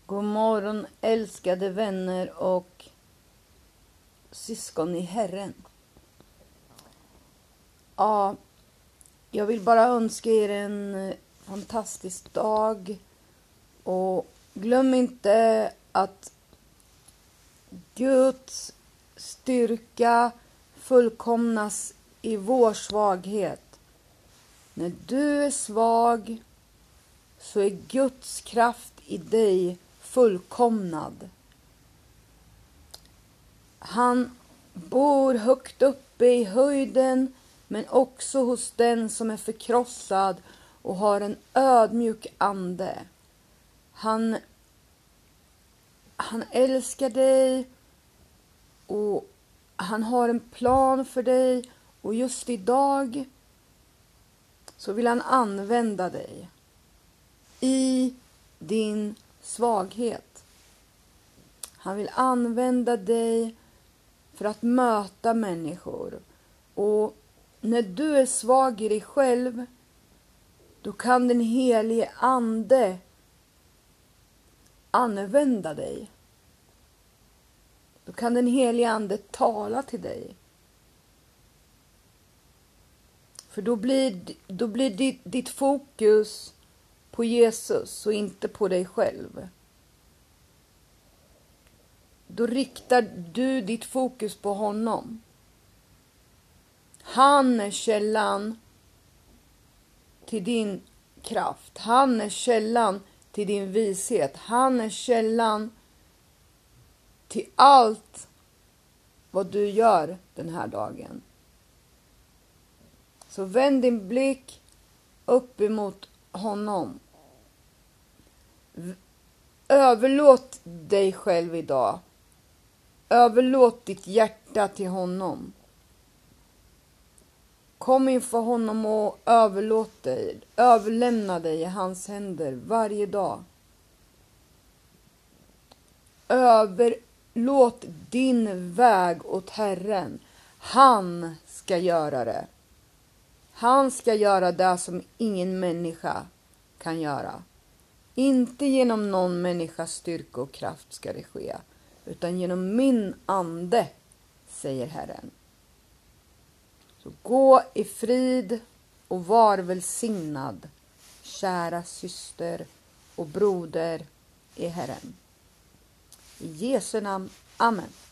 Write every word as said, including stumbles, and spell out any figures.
God morgon älskade vänner och syskon i Herren. Ja, jag vill bara önska er en fantastisk dag. Och glöm inte att Guds styrka fullkomnas i vår svaghet. När du är svag så är Guds kraft i dig fullkomnad. Han bor högt uppe i höjden, men också hos den som är förkrossad och har en ödmjuk ande. Han, han älskar dig och han har en plan för dig, och just idag så vill han använda dig i din svaghet. Han vill använda dig för att möta människor. Och när du är svag i dig själv, då kan den helige ande använda dig. Då kan den helige ande tala till dig. För då blir, då blir ditt, ditt fokus på Jesus och inte på dig själv. Då riktar du ditt fokus på honom. Han är källan till din kraft. Han är källan till din vishet. Han är källan till allt vad du gör den här dagen. Så vänd din blick upp emot honom. Överlåt dig själv idag. Överlåt ditt hjärta till honom. Kom inför honom och överlåt dig. Överlämna dig i hans händer varje dag. Överlåt din väg åt Herren. Han ska göra det. Han ska göra det som ingen människa kan göra. Inte genom någon människas styrka och kraft ska det ske, utan genom min ande, säger Herren. Så gå i frid och var välsignad, kära syster och broder i Herren. I Jesu namn, amen.